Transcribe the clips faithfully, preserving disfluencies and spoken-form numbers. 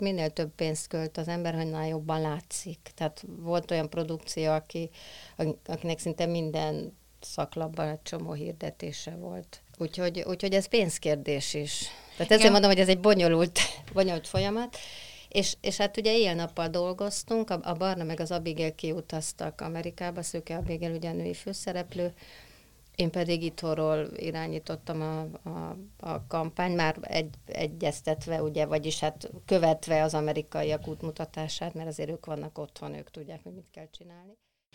minél több pénzt költ az ember, annál jobban látszik. Tehát volt olyan produkció, aki, akinek szinte minden szaklapban egy csomó hirdetése volt. Úgyhogy, úgyhogy ez pénzkérdés is. Tehát ezért mondom, hogy ez egy bonyolult, bonyolult folyamat. És, és hát ugye éjjel-nappal dolgoztunk, a, a Barna meg az Abigail kiutaztak Amerikába, Szőke Abigail ugye a női főszereplő, én pedig itthonról irányítottam a, a, a kampány, már egy, egyeztetve, ugye, vagyis hát követve az amerikaiak útmutatását, mert azért ők vannak otthon, ők tudják, hogy mit kell csinálni.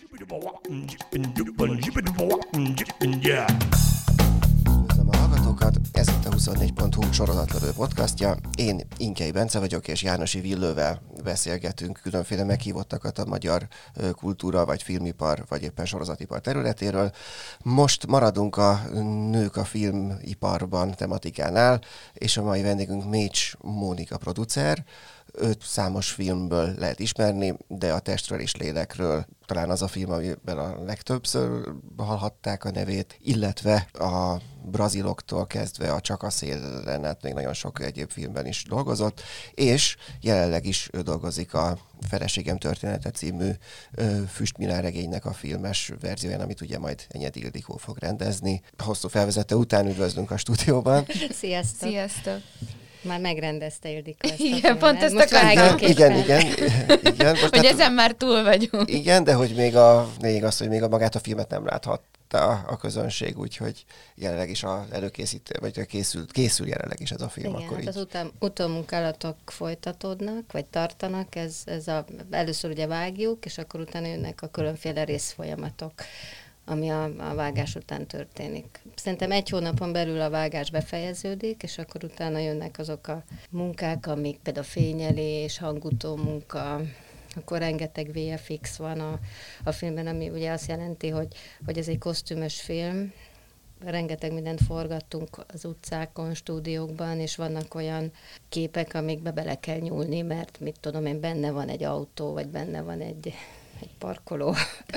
Üdvözlöm a hallgatókat, ez itt a huszonnégy pont hu sorozatlövő podcastja. Én Inkei Bence vagyok, és Jánosi Villővel beszélgetünk különféle meghívottakat a magyar kultúra, vagy filmipar, vagy éppen sorozatipar területéről. Most maradunk a nők a filmiparban tematikánál, és a mai vendégünk Mécs Mónika producer. Őt számos filmből lehet ismerni, de a Testről és lélekről talán az a film, amiben a legtöbbször hallhatták a nevét, illetve a Braziloktól kezdve a Csak a szélen, hát még nagyon sok egyéb filmben is dolgozott, és jelenleg is ő dolgozik a Feleségem története című Füstmilán regénynek a filmes verzióján, amit ugye majd Enyedi Ildikó fog rendezni. Hosszú felvezető után üdvözlünk a stúdióban. Sziasztok! Sziasztok! Már megrendezte Ildikó ezt a Igen, filmet. pont ezt Most akartam. Igen, igen, igen. igen. Most hogy hát, ezen már túl vagyunk. Igen, de hogy még a lényeg az, hogy még a magát a filmet nem láthatta a közönség, úgyhogy jelenleg is az előkészítő, vagy készül, készül jelenleg is ez a film. Igen, akkor hát így. az után, utómunkálatok folytatódnak, vagy tartanak, ez, ez a, először ugye vágjuk, és akkor utána jönnek a különféle részfolyamatok, ami a, a vágás után történik. Szerintem egy hónapon belül a vágás befejeződik, és akkor utána jönnek azok a munkák, amik például fényelés, hangutó munka, akkor rengeteg vé ef iksz van a, a filmben, ami ugye azt jelenti, hogy, hogy ez egy kosztümös film, rengeteg mindent forgattunk az utcákon, stúdiókban, és vannak olyan képek, amikbe bele kell nyúlni, mert mit tudom én, benne van egy autó, vagy benne van egy, egy parkoló.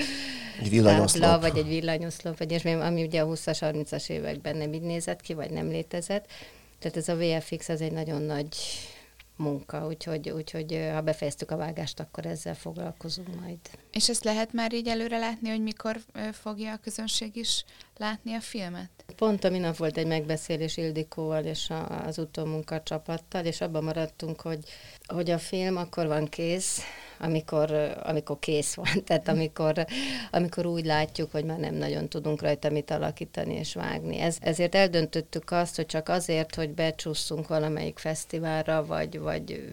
Egy villanyoszlop. Tábla, vagy egy villanyoszlop, vagy és ami ugye a húszas, harmincas években nem így nézett ki, vagy nem létezett. Tehát ez a vé ef iksz az egy nagyon nagy munka, úgyhogy, úgyhogy ha befejeztük a vágást, akkor ezzel foglalkozunk majd. És ezt lehet már így előre látni, hogy mikor fogja a közönség is látni a filmet? Pont a minap volt egy megbeszélés Ildikóval és a, az utómunka csapattal, és abban maradtunk, hogy, hogy a film akkor van kész, amikor, amikor kész van, tehát amikor, amikor úgy látjuk, hogy már nem nagyon tudunk rajta mit alakítani és vágni. Ez, ezért eldöntöttük azt, hogy csak azért, hogy becsúszunk valamelyik fesztiválra, vagy, vagy,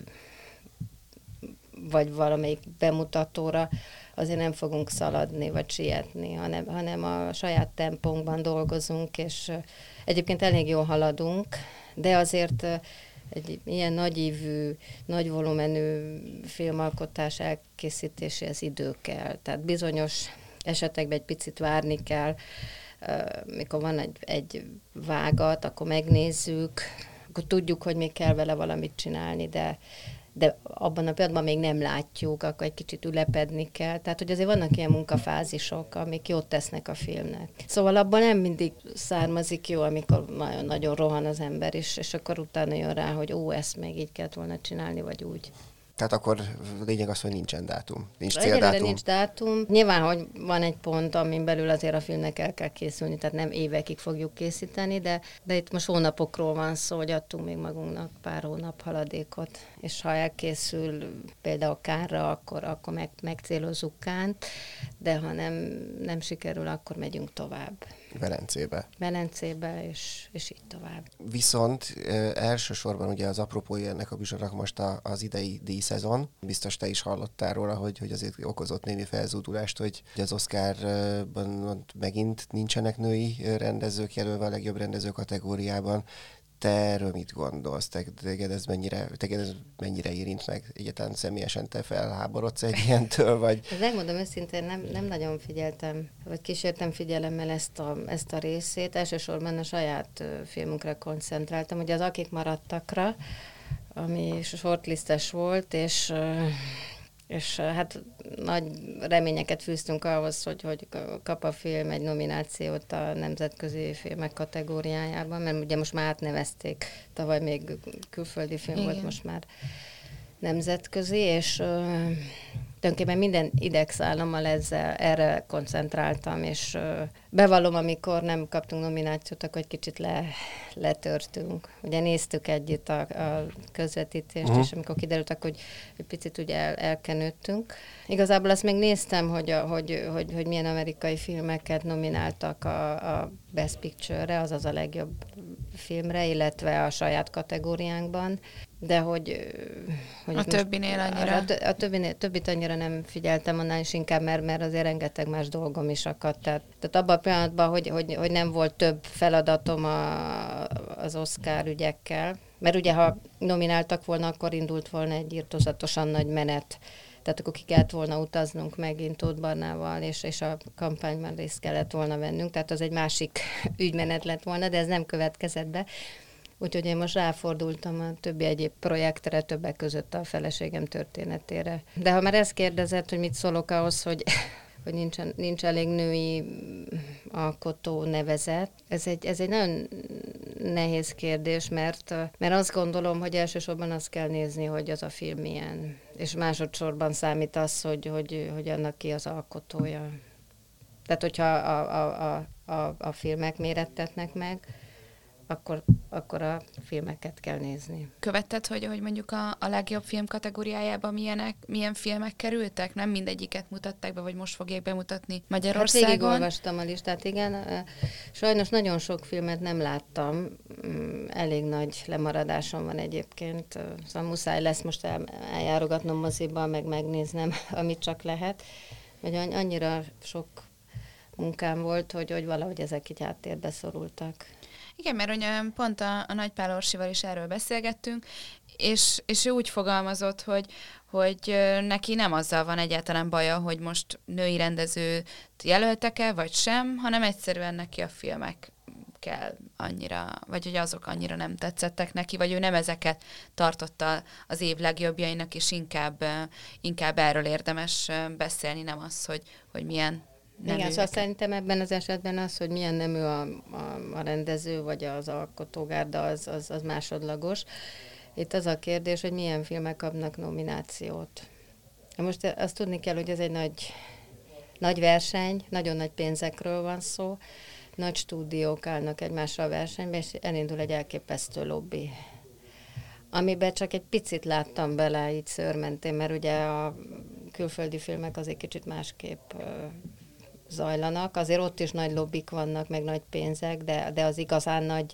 vagy valamelyik bemutatóra, azért nem fogunk szaladni, vagy sietni, hanem, hanem a saját tempónkban dolgozunk, és egyébként elég jól haladunk, de azért egy ilyen nagyívű, nagy volumenű filmalkotás elkészítéséhez idő kell. Tehát bizonyos esetekben egy picit várni kell, mikor van egy, egy vágat, akkor megnézzük, akkor tudjuk, hogy még kell vele valamit csinálni, de de abban a pillanatban még nem látjuk, akkor egy kicsit ülepedni kell. Tehát, hogy azért vannak ilyen munkafázisok, amik jót tesznek a filmnek. Szóval abban nem mindig származik jó, amikor nagyon-nagyon rohan az ember, és, és akkor utána jön rá, hogy ó, ezt még így kellett volna csinálni, vagy úgy. Tehát akkor lényeg az, hogy nincsen dátum, nincs Egyelőre céldátum. nincs dátum. Nyilván, hogy van egy pont, amin belül azért a filmnek el kell készülni, tehát nem évekig fogjuk készíteni, de, de itt most hónapokról van szó, hogy adtunk még magunknak pár hónap haladékot, és ha elkészül például Cannes-ra, akkor, akkor meg, megcélozzuk Cannes-t, de ha nem, nem sikerül, akkor megyünk tovább. Velencébe. Velencébe, és, és így tovább. Viszont e, elsősorban ugye az apropója ennek a műsornak most a, az idei díjszezon. Biztos te is hallottál róla, hogy, hogy azért okozott némi felzúdulást, hogy az Oscarban megint nincsenek női rendezők jelölve a legjobb rendező kategóriában. Te erről mit gondolsz? Teged ez mennyire, teged ez mennyire érint meg? Egyáltalán személyesen te felháborodsz egy ilyentől, vagy? Megmondom őszintén, nem, nem nagyon figyeltem, vagy kísértem figyelemmel ezt a, ezt a részét. Elsősorban a saját filmünkre koncentráltam, ugye az Akik maradtakra, ami shortlistes volt, és... és hát nagy reményeket fűztünk ahhoz, hogy, hogy kap a film egy nominációt a nemzetközi filmek kategóriájában, mert ugye most már átnevezték, tavaly még külföldi film Igen. volt, most már nemzetközi, és ö, tulajdonképpen minden idegszállammal ezzel, erre koncentráltam, és ö, bevallom, amikor nem kaptunk nominációt, akkor egy kicsit le, letörtünk. Ugye néztük együtt a, a közvetítést, uh-huh. és amikor kiderült, hogy egy picit ugye el, elkenődtünk. Igazából azt még néztem, hogy, a, hogy, hogy, hogy milyen amerikai filmeket nomináltak a, a Best Picture-re, azaz a legjobb filmre, illetve a saját kategóriánkban, de hogy... hogy a többinél annyira... A, a többinél, többit annyira nem figyeltem annál is inkább, mert, mert azért rengeteg más dolgom is akadt. Tehát, tehát abban a pillanatban, hogy, hogy, hogy nem volt több feladatom a, az Oscar ügyekkel, mert ugye ha nomináltak volna, akkor indult volna egy irtózatosan nagy menet. Tehát akkor ki kellett volna utaznunk megint Tóth Barnával, és, és a kampányban részt kellett volna vennünk, tehát az egy másik ügymenet lett volna, de ez nem következett be. Úgyhogy én most ráfordultam a többi egyéb projektre, többek között a feleségem történetére. De ha már ezt kérdezett, hogy mit szólok ahhoz, hogy, hogy nincs, nincs elég női alkotó nevezet, ez egy, ez egy nagyon nehéz kérdés, mert, mert azt gondolom, hogy elsősorban azt kell nézni, hogy az a film milyen. És másodszorban számít az, hogy, hogy, hogy annak ki az alkotója. Tehát, hogyha a, a, a, a, a filmek mérettetnek meg, akkor, akkor a filmeket kell nézni. Követted, hogy, hogy mondjuk a, a legjobb film kategóriájában milyenek, milyen filmek kerültek? Nem mindegyiket mutatták be, vagy most fogják bemutatni Magyarországon? Hát végigolvastam a listát, igen. Sajnos nagyon sok filmet nem láttam. Elég nagy lemaradásom van egyébként. Szóval muszáj lesz most el, eljárogatnom moziba, meg megnéznem, amit csak lehet. Hogy annyira sok munkám volt, hogy, hogy valahogy ezek így háttérbe szorultak. Igen, mert ugye pont a, a Nagy Pál Orsival is erről beszélgettünk, és, és ő úgy fogalmazott, hogy, hogy neki nem azzal van egyáltalán baja, hogy most női rendezőt jelöltek-e, vagy sem, hanem egyszerűen neki a filmek kell annyira, vagy hogy azok annyira nem tetszettek neki, vagy ő nem ezeket tartotta az év legjobbjainak, és inkább, inkább erről érdemes beszélni, nem az, hogy, hogy milyen nem igen, szóval szerintem ebben az esetben az, hogy milyen nemű a, a, a rendező, vagy az alkotógárda, az, az, az másodlagos. Itt az a kérdés, hogy milyen filmek kapnak nominációt. Most azt tudni kell, hogy ez egy nagy, nagy verseny, nagyon nagy pénzekről van szó, nagy stúdiók állnak egymással versenyben, és elindul egy elképesztő lobby. Amiben csak egy picit láttam bele így szőrmentén, mert ugye a külföldi filmek azért kicsit másképp zajlanak. Azért ott is nagy lobbik vannak, meg nagy pénzek, de, de az igazán nagy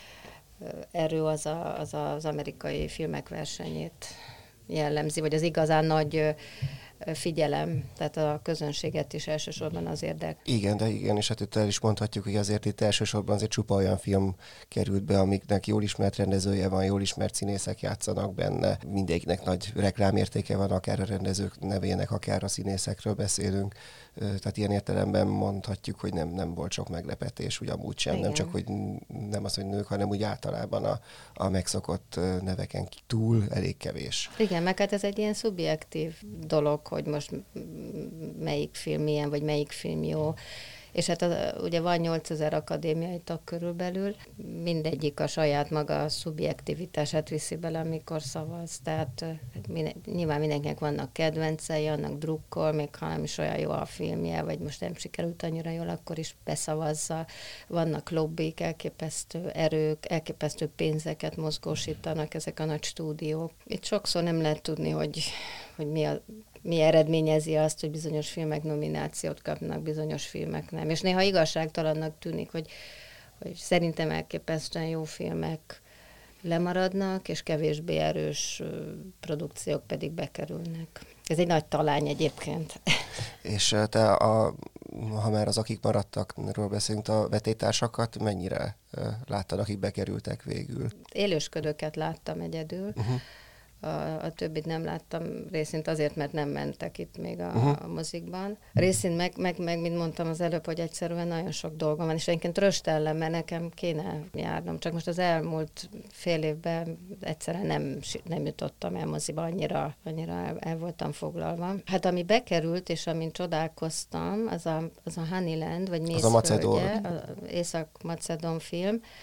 erő az, a, az az amerikai filmek versenyét jellemzi, vagy az igazán nagy figyelem, tehát a közönséget is elsősorban az érdekel. Igen, de igen, és hát itt el is mondhatjuk, hogy azért itt elsősorban azért csupa olyan film került be, amiknek jól ismert rendezője van, jól ismert színészek játszanak benne, mindegyiknek nagy reklámértéke van, akár a rendezők nevének, akár a színészekről beszélünk. Tehát ilyen értelemben mondhatjuk, hogy nem, nem volt sok meglepetés, úgy amúgy sem, igen. Nem csak, hogy nem az, hogy nők, hanem úgy általában a, a megszokott neveken túl elég kevés. Igen, meg hát ez egy ilyen szubjektív dolog, hogy most melyik film milyen, vagy melyik film jó. És hát az, ugye van nyolcezer akadémiai tag körülbelül, mindegyik a saját maga a szubjektivitását viszi bele, amikor szavaz. Tehát minden, nyilván mindenkinek vannak kedvencei, annak drukkol, még ha nem is olyan jó a filmje, vagy most nem sikerült annyira jól, akkor is beszavazza. Vannak lobbik, elképesztő erők, elképesztő pénzeket mozgósítanak ezek a nagy stúdiók. Itt sokszor nem lehet tudni, hogy, hogy mi a mi eredményezi azt, hogy bizonyos filmek nominációt kapnak, bizonyos filmek nem. És néha igazságtalannak tűnik, hogy, hogy szerintem elképesztően jó filmek lemaradnak, és kevésbé erős produkciók pedig bekerülnek. Ez egy nagy talány egyébként. És te, a, ha már az akik maradtakról beszélünk, a vetélytársakat mennyire láttad, akik bekerültek végül? Élősködőket láttam egyedül. Uh-huh. A, a többit nem láttam, részint azért, mert nem mentek itt még a, uh-huh. a mozikban. Részint meg, meg, meg, mint mondtam az előbb, hogy egyszerűen nagyon sok dolgom van, és egyébként röstellem, mert nekem kéne járnom. Csak most az elmúlt fél évben egyszerűen nem, nem jutottam el moziba, annyira, annyira el, el voltam foglalva. Hát ami bekerült, és amin csodálkoztam, az a, az a Honeyland, vagy Mészföldje, az Észak-Macedón film,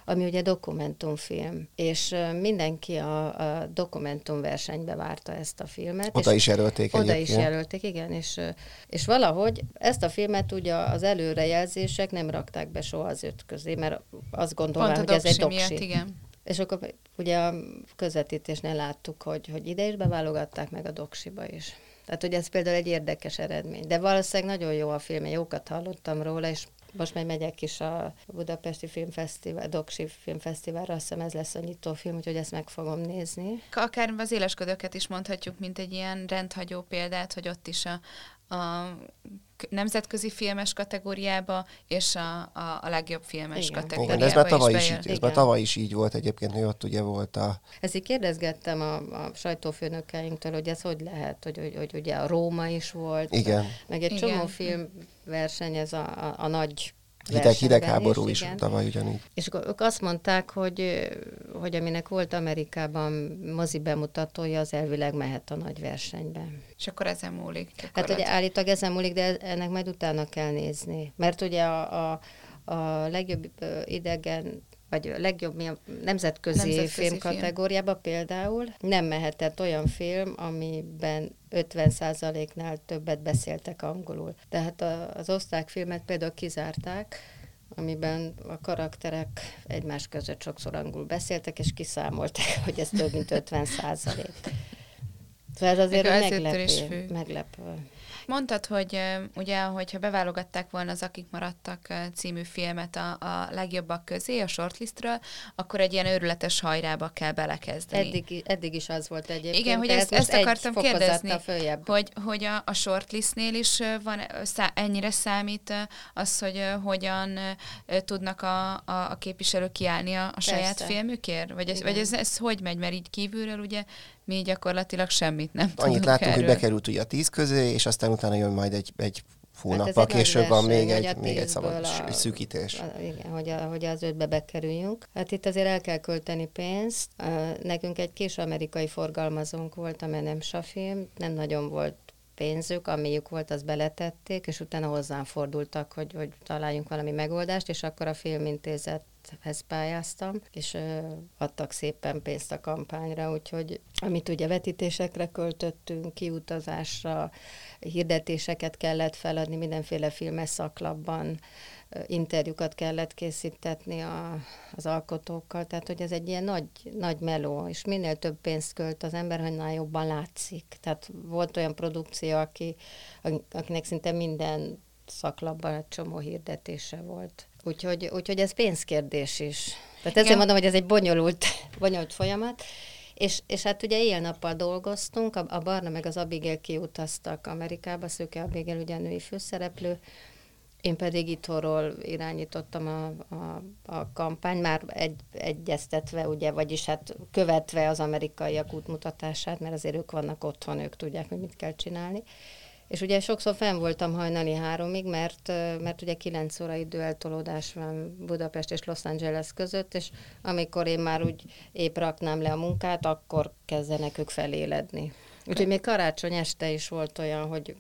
ami ugye dokumentumfilm, és mindenki a, a dokumentumversenybe várta ezt a filmet. Oda is jelölték Oda egyébként. is jelölték, igen, és, és valahogy ezt a filmet ugye az előrejelzések nem rakták be soha az öt közé, mert azt gondolom, hogy ez egy doksi. Miatt, igen. És akkor ugye a közvetítésnél láttuk, hogy, hogy ide is beválogatták, meg a doksiba is. Tehát, hogy ez például egy érdekes eredmény. De valószínűleg nagyon jó a film, én jókat hallottam róla, és most majd megyek is a Budapesti Filmfesztivál, Doksi Filmfesztiválra, azt hiszem ez lesz a nyitófilm, úgyhogy ezt meg fogom nézni. Akár az Élesködöket is mondhatjuk, mint egy ilyen rendhagyó példát, hogy ott is a, a nemzetközi filmes kategóriába, és a, a, a legjobb filmes igen. kategóriába igen, de ez már tavaly is, is, így, ez már tavaly is így volt egyébként, hogy ott ugye volt a... Ezt így kérdezgettem a, a sajtófőnökeinktől, hogy ez hogy lehet, hogy, hogy, hogy ugye a Róma is volt, igen. meg egy igen. csomó filmverseny, ez a, a, a nagy Hideg, hidegháború is, is tavaly ugyanígy. És akkor ők azt mondták, hogy, hogy aminek volt Amerikában mozi bemutatója, az elvileg mehet a nagy versenybe. És akkor ezen múlik. Hát ugye állítólag ezen múlik, de ennek majd utána kell nézni. Mert ugye a, a, a legjobb idegen, vagy a legjobb mi a nemzetközi, nemzetközi film kategóriába például nem mehetett olyan film, amiben ötven százaléknál többet beszéltek angolul. Tehát az osztrák filmet például kizárták, amiben a karakterek egymás között sokszor angolul beszéltek, és kiszámolták, hogy ez több mint ötven százalék. Szóval ez azért meglepő. meglepő. Mondtad, hogy ugye, hogyha beválogatták volna az Akik maradtak című filmet a, a legjobbak közé, a shortlistről, akkor egy ilyen őrületes hajrába kell belekezdeni. Eddig, eddig is az volt egyébként. Igen, hogy ezt, ezt akartam kérdezni, följebb. hogy, hogy a, a shortlistnél is van, szá, ennyire számít az, hogy hogyan tudnak a, a, a képviselők kiállni a, a saját filmükért? Vagy, ez, vagy ez, ez hogy megy? Mert így kívülről ugye mi gyakorlatilag semmit nem tudunk. Annyit láttunk, erről. hogy bekerült ugye a tíz közé, és aztán utána jön majd egy, egy hónappal hát később van még egy, egy, még egy szabad a, szűkítés. A, igen, hogy, a, hogy az ötbe bekerüljünk. Hát itt azért el kell költeni pénzt. Nekünk egy kis amerikai forgalmazónk volt, a Menemsa film, nem nagyon volt pénzük, amiük volt, azt beletették, és utána hozzám fordultak, hogy, hogy találjunk valami megoldást, és akkor a Filmintézethez pályáztam, és ö, adtak szépen pénzt a kampányra, úgyhogy amit ugye vetítésekre költöttünk, kiutazásra, hirdetéseket kellett feladni, mindenféle filmes szaklapban, interjúkat kellett készítetni a, az alkotókkal, tehát hogy ez egy ilyen nagy, nagy meló, és minél több pénzt költ az ember, annál jobban látszik. Tehát volt olyan produkció, aki, akinek szinte minden szaklapban egy csomó hirdetése volt. Úgyhogy, úgyhogy ez pénzkérdés is. Tehát ezért mondom, hogy ez egy bonyolult, bonyolult folyamat. És, és hát ugye éjjel-nappal dolgoztunk, a, a Barna meg az Abigail kiutaztak Amerikába, Szőke Abigail ugye a női főszereplő, én pedig itthonról irányítottam a, a, a kampány, már egy, egyeztetve, ugye, vagyis hát követve az amerikaiak útmutatását, mert azért ők vannak otthon, ők tudják, hogy mit kell csinálni. És ugye sokszor fenn voltam hajnali háromig, mert, mert ugye kilenc óra időeltolódás van Budapest és Los Angeles között, és amikor én már úgy épp raknám le a munkát, akkor kezdenek ők feléledni. Úgyhogy még karácsony este is volt olyan, hogy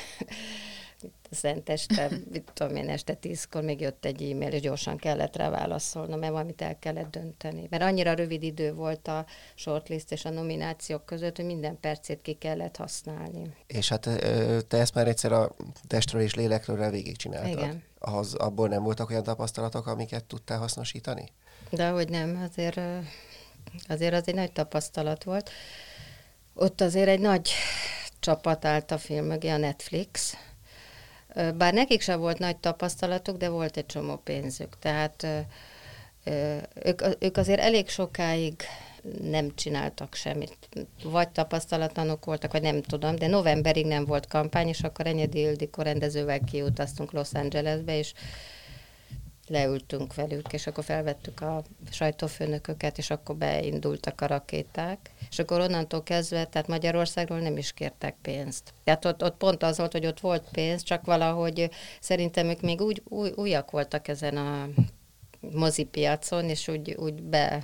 szent este, mit tudom én, este tízkor még jött egy e-mail, és gyorsan kellett rá válaszolnom, mert valamit el kellett dönteni. Mert annyira rövid idő volt a shortlist és a nominációk között, hogy minden percét ki kellett használni. És hát te ezt már egyszer a testről és lélekről végigcsináltad. Igen. Az, abból nem voltak olyan tapasztalatok, amiket tudtál hasznosítani? De hogy nem, azért, azért az egy nagy tapasztalat volt. Ott azért egy nagy csapat állt a film mögé, a Netflix. Bár nekik sem volt nagy tapasztalatuk, de volt egy csomó pénzük. Tehát ők, ők azért elég sokáig nem csináltak semmit. Vagy tapasztalatlanok voltak, vagy nem tudom, de novemberig nem volt kampány, és akkor Enyedi Ildikó rendezővel kiutaztunk Los Angelesbe, és leültünk velük, és akkor felvettük a sajtófőnököket, és akkor beindultak a rakéták, és akkor onnantól kezdve, tehát Magyarországról nem is kértek pénzt. Tehát ott, ott pont az volt, hogy ott volt pénz, csak valahogy szerintem ők még úgy új, újak voltak ezen a mozipiacon, és úgy, úgy be,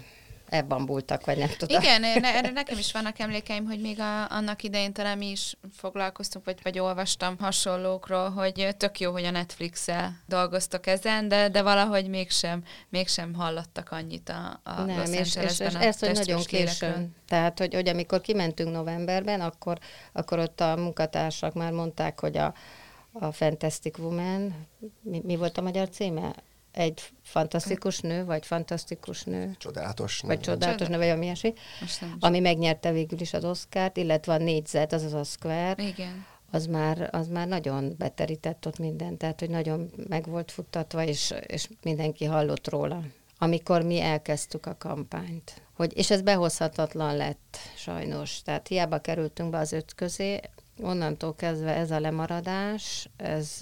elbambultak, vagy nem tudom. Igen, erre nekem is vannak emlékeim, hogy még a, annak idején talán mi is foglalkoztunk, vagy, vagy olvastam hasonlókról, hogy tök jó, hogy a Netflix-el dolgoztok ezen, de, de valahogy mégsem, mégsem hallottak annyit a, a nem, Los és, és, és Angelesben ezt, a hogy nagyon testőrs későn. Tehát, hogy, hogy amikor kimentünk novemberben, akkor, akkor ott a munkatársak már mondták, hogy a, a Fantastic Woman, mi, mi volt a magyar címe? Egy fantasztikus nő, vagy fantasztikus nő. Csodálatos nő. Vagy csodálatos nő, vagy ami ilyesmi. Ami megnyerte végül is az Oscart, illetve a négyzet, az az Oscar. Igen. Az már, az már nagyon beterített ott mindent, tehát, hogy nagyon meg volt futtatva, és, és mindenki hallott róla. Amikor mi elkezdtük a kampányt. Hogy, és ez behozhatatlan lett, sajnos. Tehát hiába kerültünk be az öt közé, onnantól kezdve ez a lemaradás, ez...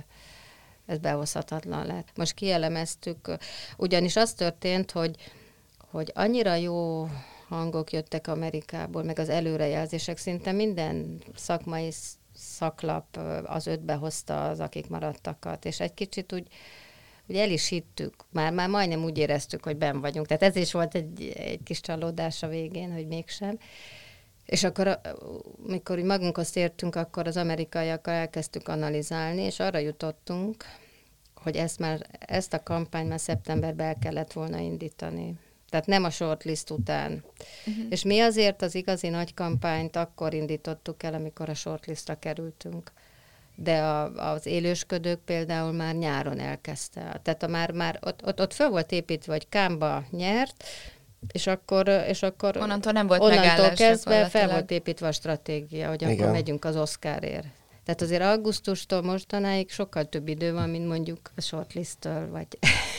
ez behozhatatlan lett. Most kielemeztük, ugyanis az történt, hogy, hogy annyira jó hangok jöttek Amerikából, meg az előrejelzések, szinte minden szakmai szaklap az ötbe hozta az, akik maradtakat, és egy kicsit úgy, úgy el is hittük, már, már majdnem úgy éreztük, hogy benn vagyunk. Tehát ez is volt egy, egy kis csalódás a végén, hogy mégsem. És akkor, mikor magunkhoz tértünk, akkor az amerikaiakkal elkezdtük analizálni, és arra jutottunk, hogy ezt, már, ezt a kampányt már szeptemberben el kellett volna indítani. Tehát nem a shortlist után. Uh-huh. És mi azért az igazi nagy kampányt akkor indítottuk el, amikor a shortlistra kerültünk. De a, az élősködők például már nyáron elkezdte. Tehát a már, már ott, ott, ott föl volt építve, hogy Kámba nyert, és akkor, és akkor onnantól nem volt onnantól megállás. kezdve fel volt építve a stratégia, hogy Igen. akkor megyünk az Oscarért. Tehát azért augusztustól mostanáig sokkal több idő van, mint mondjuk a shortlist-től, vagy...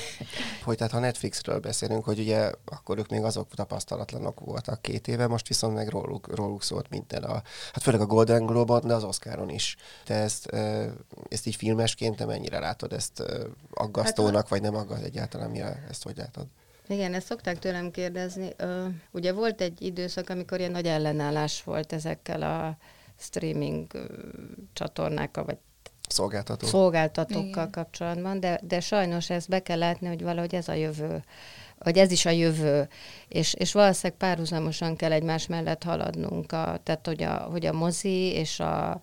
Hogy tehát ha Netflixről beszélünk, hogy ugye akkor ők még azok tapasztalatlanok voltak két éve, most viszont meg róluk, róluk szólt minden a... Hát főleg a Golden Globe-on, de az Oscaron is. Te ezt, ezt így filmesként te mennyire látod? Ezt aggasztónak, hát, vagy nem aggaszt egyáltalán? Mire ezt hogy látod? Igen, ezt szokták tőlem kérdezni. Uh, ugye volt egy időszak, amikor ilyen nagy ellenállás volt ezekkel a streaming uh, csatornákkal, vagy Szolgáltató. szolgáltatókkal Igen. kapcsolatban, de, de sajnos ezt be kell látni, hogy valahogy ez a jövő, hogy ez is a jövő, és, és valószínűleg párhuzamosan kell egymás mellett haladnunk, a, tehát hogy a, hogy a mozi és a,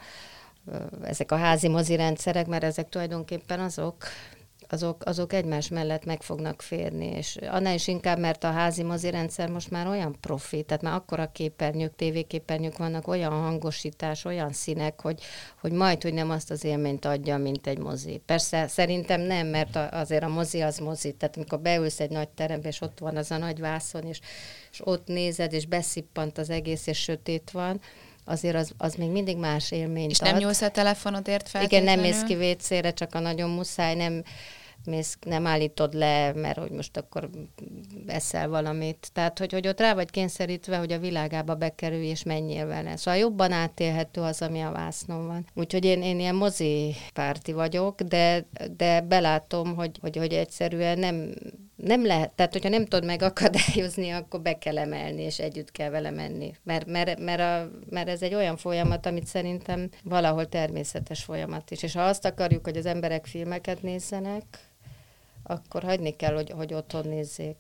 ezek a házi mozi rendszerek, mert ezek tulajdonképpen azok, Azok, azok egymás mellett meg fognak férni, és annál is inkább, mert a házi mozirendszer most már olyan profi, tehát már akkora képernyők, tévéképernyők vannak, olyan hangosítás, olyan színek, hogy, hogy majd, hogy nem azt az élményt adja, mint egy mozi. Persze szerintem nem, mert azért a mozi az mozi, tehát amikor beülsz egy nagy terembe, és ott van az a nagy vászon, és, és ott nézed, és beszippant az egész, és sötét van, azért az, az még mindig más élményt és ad. nem nyúlsz a telefonodért Igen, feltétlenül? nem mész ki vécére, csak a nagyon muszáj, nem, mész, nem állítod le, mert hogy most akkor eszel valamit. Tehát, hogy, hogy ott rá vagy kényszerítve, hogy a világába bekerülj, és menjél vele. Szóval jobban átélhető az, ami a vásznon van. Úgyhogy én, én ilyen mozi párti vagyok, de, de belátom, hogy, hogy, hogy egyszerűen nem, nem lehet, tehát hogyha nem tudod megakadályozni, akkor be kell emelni, és együtt kell vele menni. Mert, mert, mert, a, mert ez egy olyan folyamat, amit szerintem valahol természetes folyamat is. És ha azt akarjuk, hogy az emberek filmeket nézzenek, akkor hagyni kell, hogy, hogy otthon nézzék.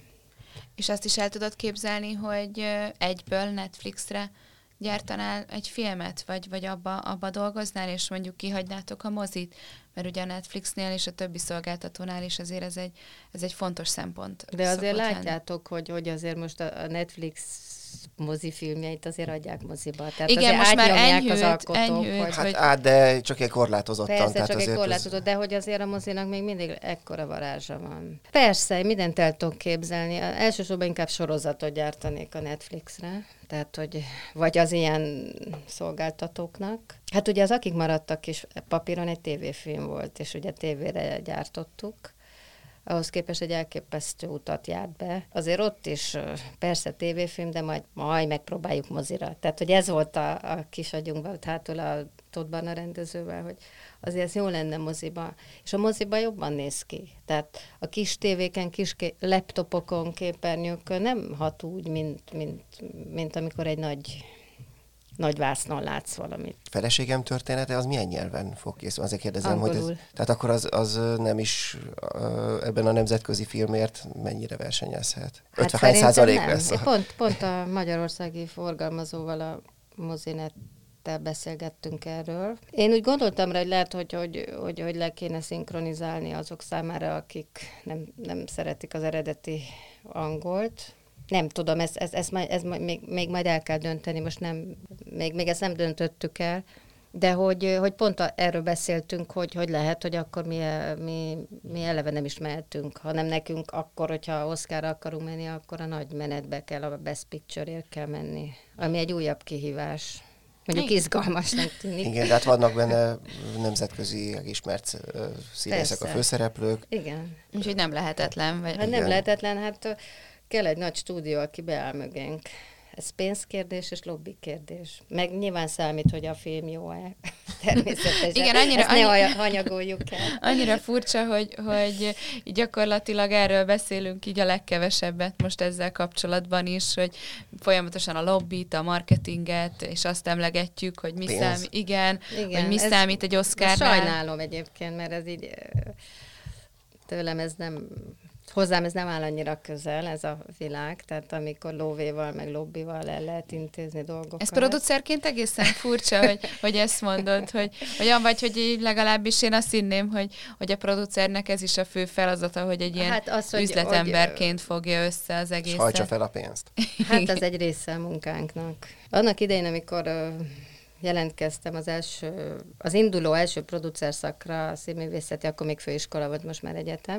És azt is el tudod képzelni, hogy egyből Netflixre gyártanál egy filmet, vagy, vagy abba, abba dolgoznál, és mondjuk kihagynátok a mozit? Mert ugye a Netflixnél és a többi szolgáltatónál is azért ez egy, ez egy fontos szempont. De azért látjátok, hogy, hogy azért most a Netflix mozifilmjeit azért adják moziba. Tehát igen, most már enyhült, az alkotók, enyhült, hogy... Hát hogy... át, de csak egy korlátozottan. Persze, tehát csak egy korlátozott, ez... de hogy azért a mozinak még mindig ekkora varázsa van. Persze, mindent el tudok képzelni. Elsősorban inkább sorozatot gyártanék a Netflixre, tehát hogy vagy az ilyen szolgáltatóknak. Hát ugye az Akik maradtak is papíron egy tévéfilm volt, és ugye tévére gyártottuk. Ahhoz képest egy elképesztő utat járt be. Azért ott is persze tévéfilm, de majd, majd megpróbáljuk mozira. Tehát, hogy ez volt a, a kis agyunkban, ott hátul a Tóth Barna rendezővel, hogy azért ez jó lenne moziba. És a moziba jobban néz ki. Tehát a kis tévéken, kis ké- laptopokon, képernyőkön nem hat úgy, mint, mint, mint amikor egy nagy nagy vásznon látsz valamit. Feleségem története az milyen nyelven fog készülni? Azért kérdezem, Angolul. hogy ez, tehát akkor az, az nem is ebben a nemzetközi filmért mennyire versenyezhet? Hát ötven százalék nem. lesz. A... Pont, pont a magyarországi forgalmazóval, a Mozinettel beszélgettünk erről. Én úgy gondoltam rá, hogy lehet, hogy, hogy, hogy, hogy le kéne szinkronizálni azok számára, akik nem, nem szeretik az eredeti angolt. Nem tudom, ez, ez, ez, ez, ez még, még majd el kell dönteni, most nem, még, még ezt nem döntöttük el, de hogy, hogy pont a, erről beszéltünk, hogy, hogy lehet, hogy akkor mi, mi, mi eleve nem is mehetünk, hanem nekünk akkor, hogyha Oscarra akarunk menni, akkor a nagy menetbe kell, a Best Picture-ért kell menni, ami egy újabb kihívás. Mondjuk izgalmasnak tűnik. Igen, de hát vannak benne nemzetközi ismert uh, színészek, a főszereplők. Igen. Úgyhogy nem lehetetlen. Vagy... Hát nem lehetetlen, hát kell egy nagy stúdió, aki beáll mögénk. Ez pénzkérdés és lobby kérdés. Meg nyilván számít, hogy a film jó-e. Természetesen. Igen, annyira, ezt ne annyi... hanyagoljuk el. Annyira furcsa, hogy, hogy gyakorlatilag erről beszélünk így a legkevesebbet most ezzel kapcsolatban is, hogy folyamatosan a lobbit, a marketinget, és azt emlegetjük, hogy mi, számít, igen, igen, hogy mi ez, számít egy Oscarnál. Sajnálom egyébként, mert ez így tőlem ez nem... Hozzám ez nem áll annyira közel, ez a világ, tehát amikor lóvéval, meg lobbival el lehet intézni dolgokat. Ez producerként egészen furcsa, hogy, hogy ezt mondod, hogy olyan vagy, hogy legalábbis én azt hinném, hogy, hogy a producernek ez is a fő feladata, hogy egy ilyen hát az, hogy, üzletemberként hogy, fogja össze az egészet. És hajtsa fel a pénzt. Hát az egy része a munkánknak. Annak idején, amikor uh, jelentkeztem az első, az induló első producer szakra, a színművészeti, akkor még főiskola volt, most már egyetem,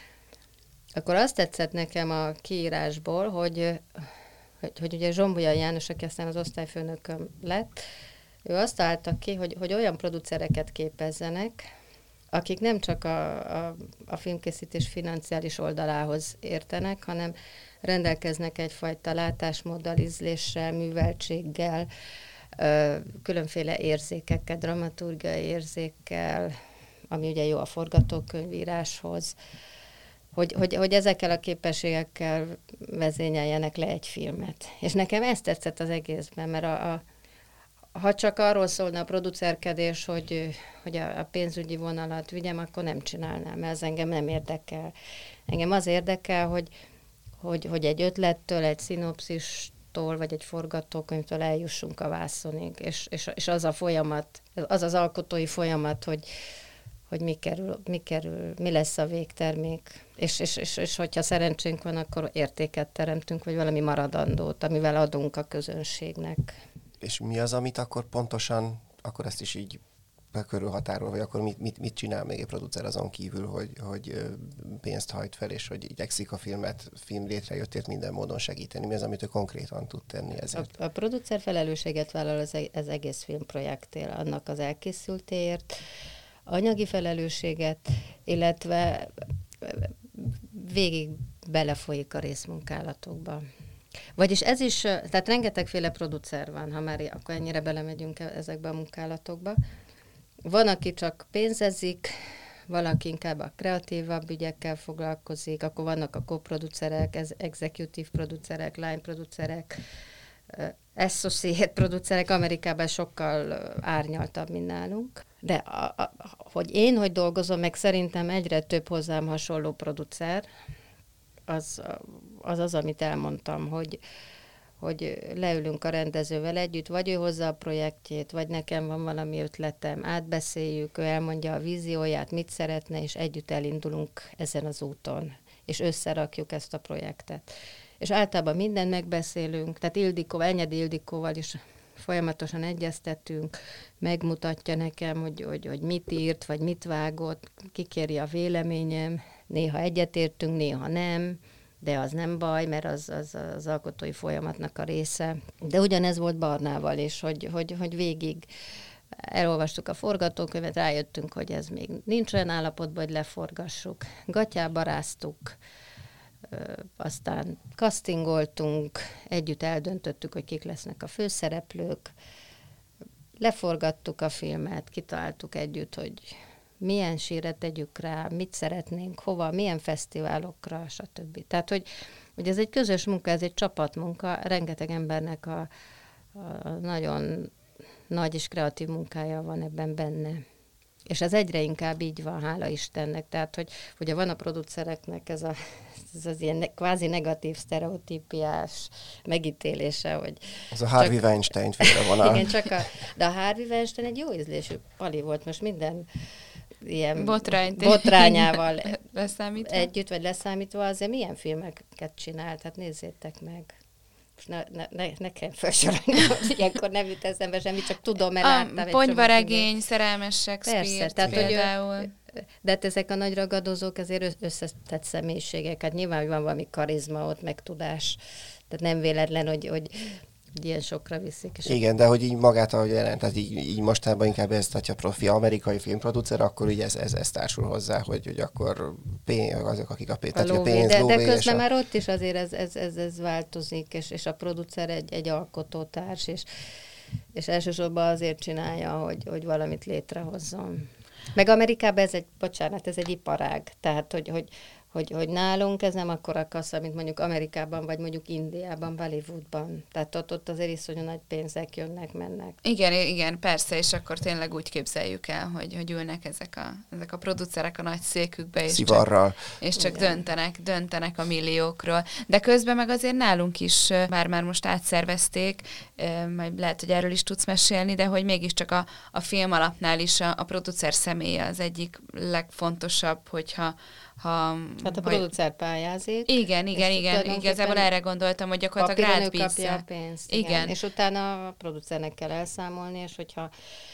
akkor azt tetszett nekem a kiírásból, hogy, hogy, hogy ugye Zsombolyai János, aki aztán az osztályfőnököm lett, ő azt találta ki, hogy, hogy olyan producereket képezzenek, akik nem csak a, a, a filmkészítés financiális oldalához értenek, hanem rendelkeznek egyfajta látásmóddal, ízléssel, műveltséggel, különféle érzékekkel, dramaturgiai érzékkel, ami ugye jó a forgatókönyvíráshoz, Hogy, hogy, hogy ezekkel a képességekkel vezényeljenek le egy filmet. És nekem ez tetszett az egészben, mert a, a, ha csak arról szólna a producerkedés, hogy, hogy a, a pénzügyi vonalat vigyem, akkor nem csinálnám, mert ez engem nem érdekel. Engem az érdekel, hogy, hogy, hogy egy ötlettől, egy szinopszistól, vagy egy forgatókönyvtől eljussunk a vászonig. És, és, és az a folyamat, az az alkotói folyamat, hogy hogy mi kerül, mi kerül, mi lesz a végtermék, és, és, és, és hogyha szerencsénk van, akkor értéket teremtünk, vagy valami maradandót, amivel adunk a közönségnek. És mi az, amit akkor pontosan, akkor ezt is így körülhatárol, vagy akkor mit, mit, mit csinál még egy producer azon kívül, hogy, hogy pénzt hajt fel, és hogy igyekszik a filmet, film létrejöttért minden módon segíteni. Mi az, amit ő konkrétan tud tenni ezért? A, a producer felelősséget vállal az, az egész filmprojektért, annak az elkészültéért, anyagi felelősséget, illetve végig belefolyik a részmunkálatokba. Vagyis ez is, tehát rengetegféle producer van, ha már akkor ennyire belemegyünk ezekbe a munkálatokba. Van, aki csak pénzezik, valaki inkább a kreatívabb ügyekkel foglalkozik, akkor vannak a co-producerek, executive producerek, line producerek, associate producerek, Amerikában sokkal árnyaltabb, mint nálunk. De a, a, hogy én hogy dolgozom, meg szerintem egyre több hozzám hasonló producer, az az, az amit elmondtam, hogy, hogy leülünk a rendezővel együtt, vagy ő hozza a projektjét, vagy nekem van valami ötletem, átbeszéljük, ő elmondja a vízióját, mit szeretne, és együtt elindulunk ezen az úton, és összerakjuk ezt a projektet. És általában mindent megbeszélünk, tehát Ildikóval, Enyedi Ildikóval is folyamatosan egyeztetünk, megmutatja nekem, hogy, hogy, hogy mit írt, vagy mit vágott, kikéri a véleményem, néha egyetértünk, néha nem, de az nem baj, mert az, az az alkotói folyamatnak a része. De ugyanez volt Barnával is, hogy, hogy, hogy végig elolvastuk a forgatókönyvet, rájöttünk, hogy ez még nincs olyan állapotban, hogy leforgassuk. Gatyába ráztuk, aztán castingoltunk, együtt eldöntöttük, hogy kik lesznek a főszereplők, leforgattuk a filmet, kitaláltuk együtt, hogy milyen sírre tegyük rá, mit szeretnénk, hova, milyen fesztiválokra, stb. Tehát, hogy, hogy ez egy közös munka, ez egy csapatmunka, rengeteg embernek a, a nagyon nagy és kreatív munkája van ebben benne. És ez egyre inkább így van, hála Istennek. Tehát, hogy ugye van a producereknek ez, a, ez az ilyen ne, kvázi negatív, sztereotípiás megítélése, hogy... Az a Harvey csak, Weinstein féle vonal. Igen, csak a, de a Harvey Weinstein egy jó ízlésű pali volt, most minden ilyen Botrányt, botrányával leszámítva. együtt, vagy leszámítva, azért milyen filmeket csinált, hát nézzétek meg. Most ne, ne, ne, ne kell felsorolni, hogy ilyenkor nem jut eszembe semmi, csak tudom, mert láttam egy Ponyvaregény, szerelmes Shakespeare tehát, például. Hogy ő, de hát ezek a nagy ragadozók azért összetett személyiségek, hát nyilván van valami karizma ott, meg tudás, tehát nem véletlen, hogy, hogy ilyen sokra viszik. És igen, de hogy így magát, ahogy jelent, tehát így, így mostában inkább ezt, hogyha profi amerikai filmproducer, akkor így ez, ez, ez társul hozzá, hogy, hogy akkor pénz, azok, akik a, pénz, a, a pénz, de, lóvé, de közben a... már ott is azért ez, ez, ez, ez változik, és, és a producer egy, egy alkotótárs, és, és elsősorban azért csinálja, hogy, hogy valamit létrehozzon. Meg Amerikában ez egy, bocsánat, ez egy iparág, tehát, hogy, hogy Hogy, hogy nálunk ez nem akkora kassa, mint mondjuk Amerikában, vagy mondjuk Indiában, Bollywoodban. Tehát ott, ott azért iszonyú nagy pénzek jönnek, mennek. Igen, igen, persze, és akkor tényleg úgy képzeljük el, hogy, hogy ülnek ezek a, ezek a producerek a nagy székükbe, és Szivarral. csak, és csak döntenek, döntenek a milliókról. De közben meg azért nálunk is, bár már most átszervezték, majd lehet, hogy erről is tudsz mesélni, de hogy mégiscsak a, a film alapnál is a, a producer személye az egyik legfontosabb, hogyha Ha, hát a producer pályázik. Igen, igen, igen. Igazából erre gondoltam, hogy gyakorlatilag rád bízza. Kapja a pénzt. Igen. igen. És utána a producernek kell elszámolni, és hogyha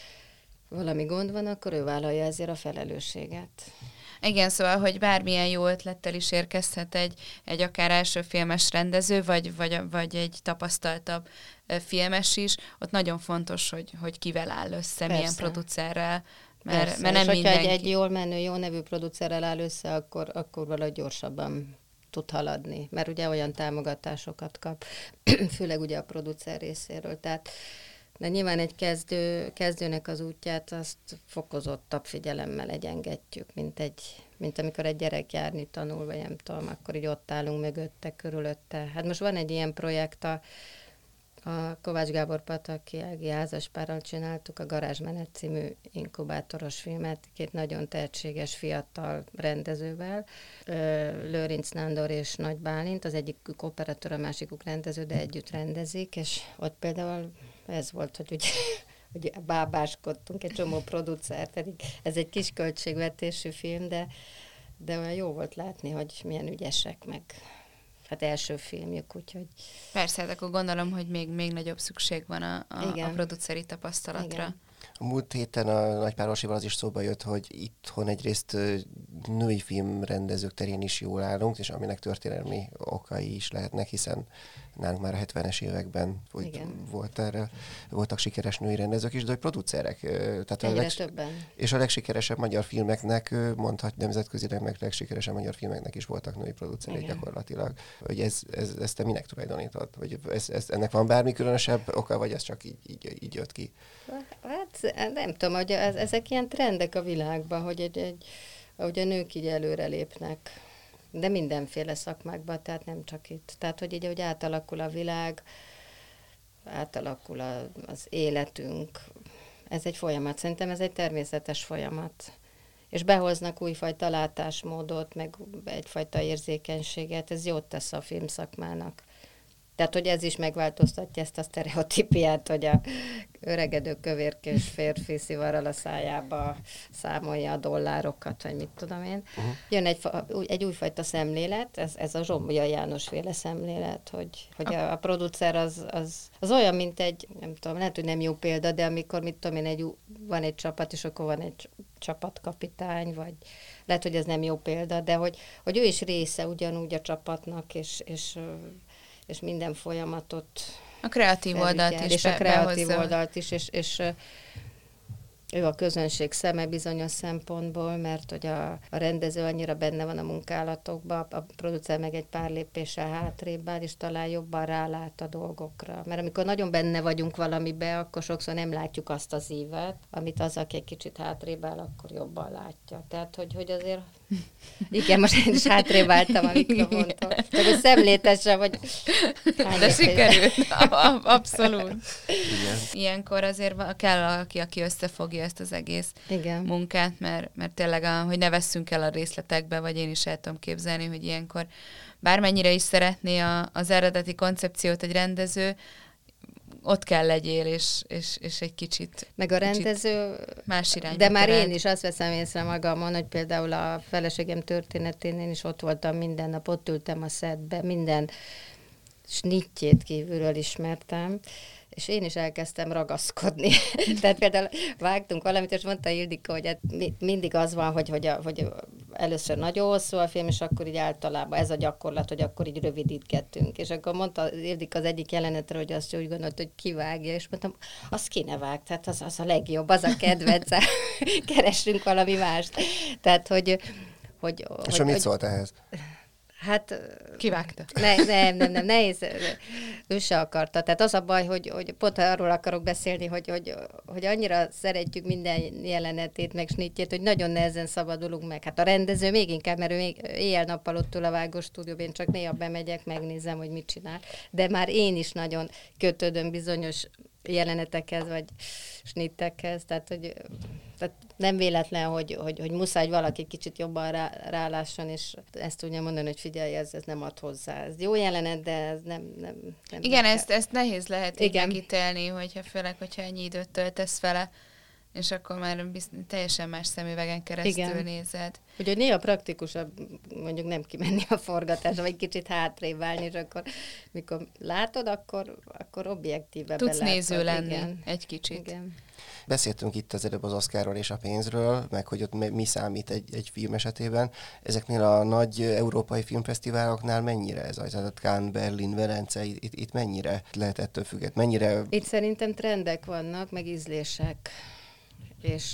valami gond van, akkor ő vállalja ezért a felelősséget. Igen, szóval, hogy bármilyen jó ötlettel is érkezhet egy, egy akár első filmes rendező, vagy, vagy, vagy egy tapasztaltabb filmes is, ott nagyon fontos, hogy, hogy kivel áll össze, Persze. milyen producerrel, Mert, Persze, mert nem és mindenki... hogyha egy, egy jól menő, jó nevű producerrel áll össze, akkor, akkor valahogy gyorsabban tud haladni, mert ugye olyan támogatásokat kap, főleg ugye a producer részéről. Tehát, de nyilván egy kezdő, kezdőnek az útját azt fokozottabb figyelemmel egyengetjük, mint, egy, mint amikor egy gyerek járni tanul, vagy nem tudom, akkor így ott állunk mögötte, körülötte. Hát most van egy ilyen projekt, a A Kovács Gábor Pataki Ági házaspárral csináltuk a Garázsmenet című inkubátoros filmet, két nagyon tehetséges fiatal rendezővel, Lőrinc Nándor és Nagy Bálint, az egyikük operatőr, a másikuk rendező, de együtt rendezik, és ott például ez volt, hogy ugye, hogy bábáskodtunk, egy csomó producer, pedig ez egy kis költségvetésű film, de, de olyan jó volt látni, hogy milyen ügyesek meg. Hát első filmjük, úgyhogy... Persze, hát akkor gondolom, hogy még, még nagyobb szükség van a, a, a produceri tapasztalatra. Igen. A múlt héten a Nagypárosival az is szóba jött, hogy itthon egyrészt női filmrendezők terén is jól állunk, és aminek történelmi okai is lehetnek, hiszen nálunk már a hetvenes években volt erre, voltak sikeres női rendezők is, de hogy producerek. Tehát a legs- többen. És a legsikeresebb magyar filmeknek, mondhat nemzetközileg, meg legsikeresebb magyar filmeknek is voltak női producerek gyakorlatilag. Hogy ez, ez, ezt te minek tulajdonítod? Hogy ez, ez, ennek van bármi különösebb oka, vagy ez csak így, így, így jött ki? Hát nem tudom, hogy ez, ezek ilyen trendek a világban, hogy egy, egy, ahogy a nők így előrelépnek, de mindenféle szakmákban, tehát nem csak itt. Tehát, hogy így, ahogy átalakul a világ, átalakul a, az életünk, ez egy folyamat. Szerintem ez egy természetes folyamat. És behoznak újfajta látásmódot, meg egyfajta érzékenységet, ez jót tesz a filmszakmának. Tehát, hogy ez is megváltoztatja ezt a sztereotípiát, hogy a öregedő kövérkés férfi szivarral a szájába számolja a dollárokat, vagy mit tudom én. Uh-huh. Jön egy, egy újfajta szemlélet, ez, ez a Zsombja János féle szemlélet, hogy, hogy a, a producer az, az, az olyan, mint egy, nem tudom, lehet, hogy nem jó példa, de amikor, mit tudom én, egy, van egy csapat, és akkor van egy csapatkapitány, vagy lehet, hogy ez nem jó példa, de hogy, hogy ő is része ugyanúgy a csapatnak, és, és és minden folyamatot a kreatív oldalt is és be, a kreatív behozza. oldalt is, és, és ő a közönség szeme bizonyos szempontból, mert hogy a, a rendező annyira benne van a munkálatokban, a producer meg egy pár lépéssel hátrébb áll, és talán jobban rálát a dolgokra. Mert amikor nagyon benne vagyunk valamibe, akkor sokszor nem látjuk azt az ívet, amit az, aki egy kicsit hátrébb áll, akkor jobban látja. Tehát, hogy, hogy azért Igen, most én is hátrébb álltam a mikrofontól. Csak hogy szemlétesen, vagy... De sikerült, abszolút. Igen. Ilyenkor azért kell valaki, aki összefogja ezt az egész Igen. munkát, mert, mert tényleg, a, hogy ne vesszünk el a részletekbe, vagy én is el tudom képzelni, hogy ilyenkor bármennyire is szeretné a, az eredeti koncepciót egy rendező, ott kell legyél, és, és, és egy kicsit meg a rendező, más irányba. De már tereld. Én is azt veszem észre magamon, hogy például a feleségem történetén én is ott voltam minden nap, ott ültem a szedbe, minden snittjét kívülről ismertem, és én is elkezdtem ragaszkodni. Tehát például vágtunk valamit, és mondta Ildika, hogy hát mindig az van, hogy, hogy, a, hogy először nagyon hosszú a film, és akkor így általában ez a gyakorlat, hogy akkor így rövidítgetünk. És akkor mondta Ildika az egyik jelenetre, hogy azt úgy gondolt, hogy kivágja, és mondtam, azt ki ne vág, tehát az, az a legjobb, az a kedvenc, keressünk valami mást. Tehát, hogy... hogy és hogy, mit hogy, szólt ehhez? Hát... Kivágta. Ne, nem, nem, nem, nehéz. Ő se akarta. Tehát az a baj, hogy, hogy pont arról akarok beszélni, hogy, hogy, hogy annyira szeretjük minden jelenetét, meg snittjét, hogy nagyon nehezen szabadulunk meg. Hát a rendező még inkább, mert ő még éjjel-nappal ott ül a vágó stúdióban, én csak néha bemegyek, megnézem, hogy mit csinál. De már én is nagyon kötődöm bizonyos jelenetekhez, vagy snittekhez, tehát, hogy tehát nem véletlen, hogy, hogy, hogy muszáj, hogy valaki kicsit jobban rá, rálásson, és ezt tudja mondani, hogy figyelj, ez, ez nem ad hozzá. Ez jó jelenet, de ez nem... nem, nem Igen, ezt, ezt nehéz lehet így megítélni, hogyha főleg, hogyha ennyi időt töltesz vele, és akkor már biztos, teljesen más szemüvegen keresztül Igen. nézed. Úgyhogy néha praktikusabb mondjuk nem kimenni a forgatásra, vagy kicsit hátrébb állni, és akkor mikor látod, akkor, akkor objektívebben tudsz látod. néző lenni Igen. egy kicsit. Igen. Beszéltünk itt az előbb az Oscarról és a pénzről, meg hogy ott mi számít egy, egy film esetében. Ezeknél a nagy európai filmfesztiváloknál mennyire ez az? Tehát Cannes, Berlin, Velence, itt, itt mennyire lehet ettől függet? Mennyire... Itt szerintem trendek vannak, meg ízlések, és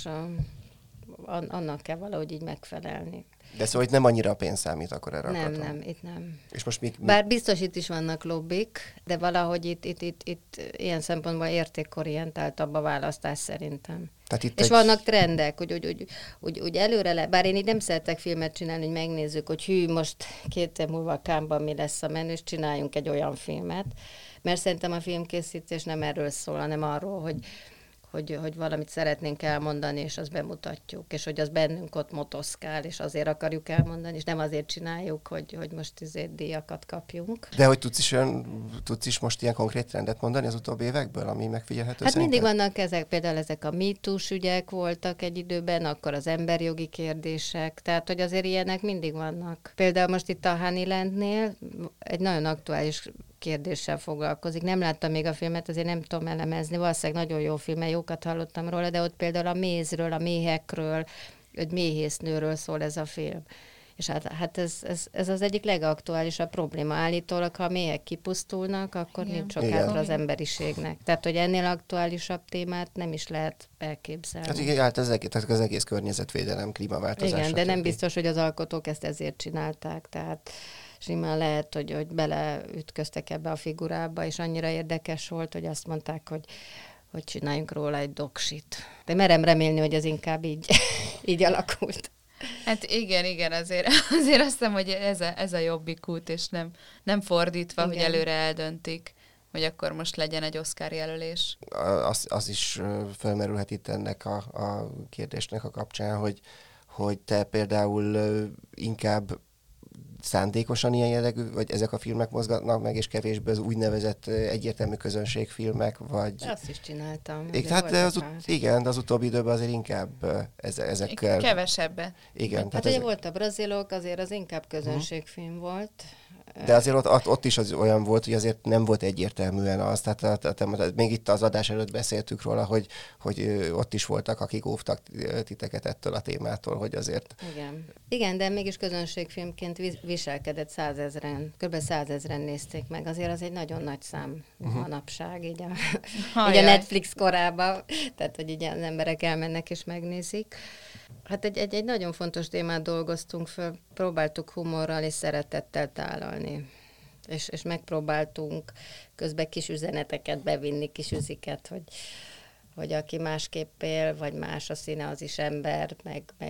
uh, annak kell valahogy így megfelelni. De szóval itt nem annyira a pénz számít, akkor erre Nem, akartam. nem, itt nem. És most mi, mi... Bár biztos itt is vannak lobbik, de valahogy itt, itt, itt, itt ilyen szempontból értékorientáltabb a választás szerintem. Tehát itt és egy... vannak trendek, hogy úgy, úgy, úgy, úgy előre le, bár én így nem szeretek filmet csinálni, hogy megnézzük, hogy hű, most két év múlva a Cannes-ban mi lesz a menő, és csináljunk egy olyan filmet, mert szerintem a filmkészítés nem erről szól, hanem arról, hogy Hogy, hogy valamit szeretnénk elmondani, és azt bemutatjuk, és hogy az bennünk ott motoszkál, és azért akarjuk elmondani, és nem azért csináljuk, hogy, hogy most izé díjakat kapjunk. De hogy tudsz is, olyan, tudsz is most ilyen konkrét trendet mondani az utóbbi évekből, ami megfigyelhető Hát szerinted? mindig vannak ezek, például ezek a MeToo-s ügyek voltak egy időben, akkor az emberjogi kérdések, tehát hogy azért ilyenek mindig vannak. Például most itt a Honeylandnél egy nagyon aktuális kérdéssel foglalkozik. Nem láttam még a filmet, azért nem tudom elemezni. Valószínűleg nagyon jó film, mert jókat hallottam róla, de ott például a mézről, a méhekről, egy méhésznőről szól ez a film. És hát, hát ez, ez, ez az egyik legaktuálisabb probléma. Állítólag, ha a méhek kipusztulnak, akkor Igen. nincs sok hátra az emberiségnek. Tehát, hogy ennél aktuálisabb témát nem is lehet elképzelni. Hát igen, hát az egész, tehát az egész környezetvédelem, klímaváltozás. Igen, de nem biztos, hogy az alkotók ezt ezért csinálták. Tehát simán lehet, hogy, hogy beleütköztek ebbe a figurába, és annyira érdekes volt, hogy azt mondták, hogy, hogy csináljunk róla egy doksit. De merem remélni, hogy ez inkább így, így alakult. Hát igen, igen, azért, azért azt hiszem, hogy ez a, ez a jobbik út, és nem, nem fordítva, igen. hogy előre eldöntik, hogy akkor most legyen egy Oscar jelölés. Az, az is felmerülhet itt ennek a, a kérdésnek a kapcsán, hogy, hogy te például inkább szándékosan ilyen jellegű, vagy ezek a filmek mozgatnak meg, és kevésbé az úgynevezett egyértelmű közönségfilmek, vagy... Azt is csináltam. É, hát de az ut- igen, de az utóbbi időben azért inkább ez- ezekkel... Kevesebben. Igen. Hát ugye ezek... volt a brazilok, azért az inkább közönségfilm uh-huh. volt. De azért ott, ott, ott is az olyan volt, hogy azért nem volt egyértelműen az, tehát a, a, a, a, még itt az adás előtt beszéltük róla, hogy, hogy ott is voltak, akik óvtak titeket ettől a témától, hogy azért... Igen, Igen de mégis közönségfilmként viselkedett százezren, kb. százezren nézték meg, azért az egy nagyon nagy szám uh-huh. manapság, így a, így a Netflix korában, tehát hogy így az emberek elmennek és megnézik. Hát egy, egy, egy nagyon fontos témát dolgoztunk föl, próbáltuk humorral és szeretettel tálalni. És, és megpróbáltunk közben kis üzeneteket bevinni, kis üziket, hogy, hogy aki másképp él, vagy más a színe, az is ember, meg, meg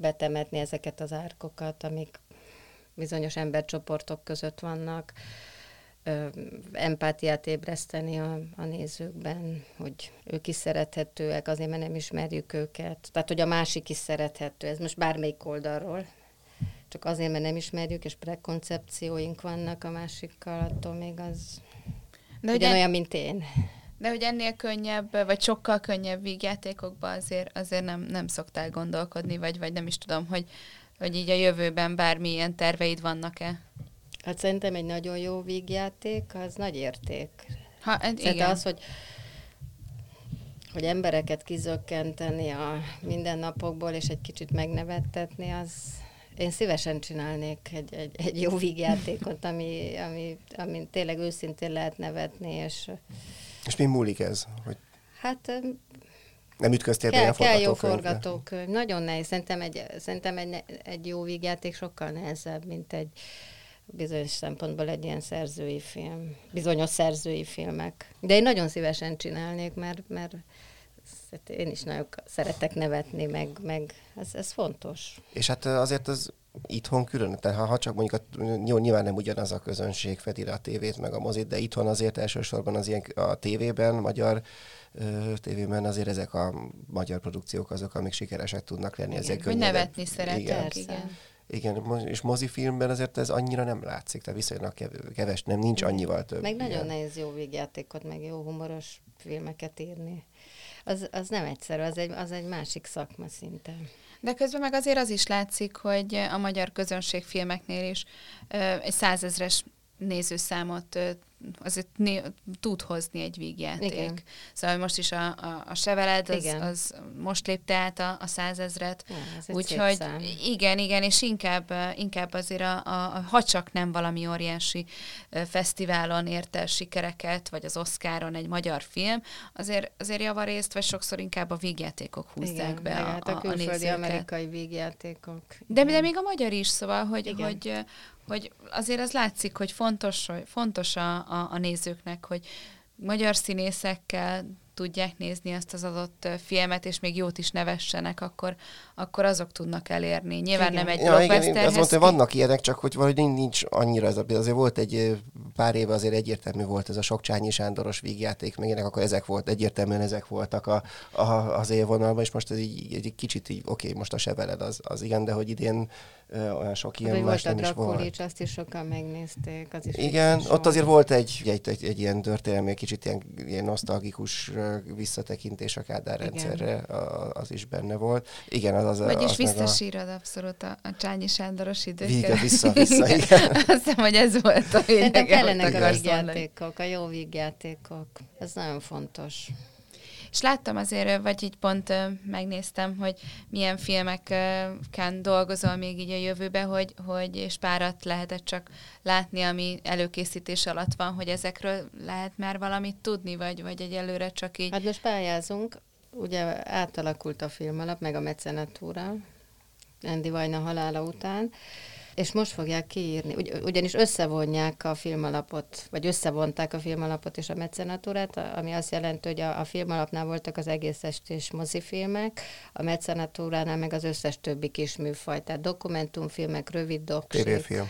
betemetni ezeket az árkokat, amik bizonyos embercsoportok között vannak, ö, empátiát ébreszteni a, a nézőkben, hogy ők is szerethetőek, azért, mert nem ismerjük őket. Tehát, hogy a másik is szerethető, ez most bármelyik oldalról. Csak azért, mert nem ismerjük, és prekoncepcióink vannak a másikkal, attól még az de ugyanolyan, mint én. De hogy ennél könnyebb, vagy sokkal könnyebb vígjátékokban azért, azért nem, nem szoktál gondolkodni, vagy, vagy nem is tudom, hogy, hogy így a jövőben bármilyen terveid vannak-e? Hát szerintem egy nagyon jó vígjáték, az nagy érték. Ha, igen. az, hogy, hogy embereket kizökkenteni a mindennapokból, és egy kicsit megnevettetni, az... Én szívesen csinálnék egy, egy, egy jó vígjátékot, ami, ami, ami tényleg őszintén lehet nevetni, és... És mi múlik ez? Hogy hát... Nem ütköztél kell, be a kell jó forgatókönyvbe? forgatókönyv. Nagyon nehéz. Szerintem egy, szerintem egy, egy jó vígjáték sokkal nehezebb, mint egy bizonyos szempontból egy ilyen szerzői film. Bizonyos szerzői filmek. De én nagyon szívesen csinálnék, mert, mert én is nagyon szeretek nevetni, meg, meg ez, ez fontos. És hát azért az itthon külön, tehát ha csak mondjuk, a, jó, nyilván nem ugyanaz a közönség fedi le a tévét, meg a mozit, de itthon azért elsősorban az ilyen a tévében, magyar ö, tévében azért ezek a magyar produkciók azok, amik sikeresek tudnak lenni. Igen, ezek hogy nevetni szeretek, igen. Igen, és mozifilmben azért ez annyira nem látszik, tehát viszonylag keves, nem, nincs annyival több. Meg nagyon ilyen. nehéz jó vígjátékot, meg jó humoros filmeket írni. Az, az nem egyszerű, az egy, az egy másik szakma szinte. De közben meg azért az is látszik, hogy a magyar közönségfilmeknél is ö, egy százezres nézőszámot ö, azért né- tud hozni egy vígjáték. Igen. Szóval most is a, a, a Se veled, az, az most lépte át a, a százezret. Ja, úgyhogy igen, igen, és inkább, inkább azért a, a, a, ha csak nem valami óriási fesztiválon ért el sikereket, vagy az Oscaron egy magyar film, azért, azért javarészt, vagy sokszor inkább a vígjátékok húzzák igen, be a, hát a, a külföldi amerikai vígjátékok. De, de még a magyar is, szóval, hogy, hogy, hogy azért az látszik, hogy fontos, hogy fontos a, a, a nézőknek, hogy magyar színészekkel tudják nézni ezt az adott filmet, és még jót is nevessenek, akkor, akkor azok tudnak elérni. Nyilván igen. nem egy ja, blockbusterhez. Azt mondta, hogy vannak ilyenek, csak hogy valahogy nincs annyira ez a, azért volt egy pár éve azért egyértelmű volt ez a sok Csányi Sándoros vígjáték, meg ilyenek, akkor ezek volt, egyértelműen ezek voltak a, a, az élvonalban, és most ez így, egy kicsit így, oké, okay, most a Se veled az, az igen, de hogy idén uh, olyan sok ilyen hát, más nem is volt. Azt is sokan megnézték. Az is igen, ott azért volt egy, egy, egy, egy ilyen történelmi, kicsit ilyen, ilyen nosztalgikus visszatekintés a Kádár rendszerre, az is benne volt. Igen, az az... Vagyis az visszasírod a... abszolút a, a Csányi Sándoros időkre. Igen, vissza, vissza, igen. Azt hiszem, hogy ez volt a Szerintem kellenek a vígjátékok, a jó vígjátékok. Ez nagyon fontos. És láttam azért, vagy így pont megnéztem, hogy milyen filmeken dolgozol még így a jövőben, hogy, hogy és párat lehetett csak látni, ami előkészítés alatt van, hogy ezekről lehet már valamit tudni, vagy, vagy egyelőre csak így... Hát most pályázunk, ugye átalakult a filmalap, meg a mecenatúra, Andy Vajna halála után, és most fogják kiírni, ugy, ugyanis összevonják a filmalapot, vagy összevonták a filmalapot és a mecenatúrát, ami azt jelenti, hogy a, a filmalapnál voltak az egész estés mozifilmek, a mecenatúránál meg az összes többi kis műfaj, tehát dokumentumfilmek, rövid doksik, tévéfilm.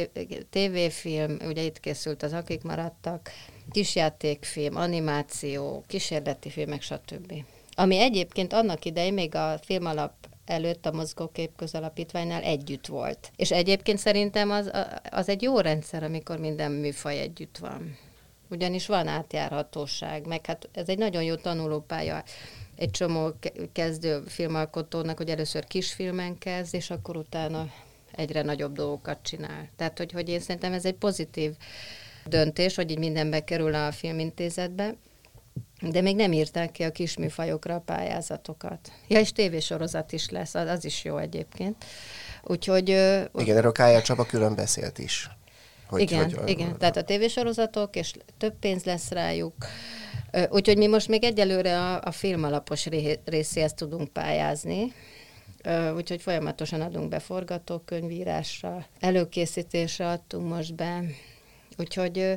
tévéfilm, ugye itt készült az Akik maradtak, kisjátékfilm, animáció, kísérleti filmek, stb. Ami egyébként annak idején még a filmalap előtt a Mozgókép Közalapítványnál együtt volt. És egyébként szerintem az, az egy jó rendszer, amikor minden műfaj együtt van. Ugyanis van átjárhatóság, meg hát ez egy nagyon jó tanulópálya egy csomó kezdő filmalkotónak, hogy először kisfilmen kezd, és akkor utána egyre nagyobb dolgokat csinál. Tehát, hogy, hogy én szerintem ez egy pozitív döntés, hogy így mindenbe kerül a filmintézetbe, de még nem írták ki a kisműfajokra a pályázatokat. Ja, és tévésorozat is lesz, az, az is jó egyébként. Úgyhogy... Igen, erről Kájár Csaba külön beszélt is. Hogy, igen, hogy, igen. A... tehát a tévésorozatok, és több pénz lesz rájuk. Úgyhogy mi most még egyelőre a, a filmalapos részéhez tudunk pályázni. Úgyhogy folyamatosan adunk be forgatókönyvírásra, előkészítésre adtunk most be. Úgyhogy,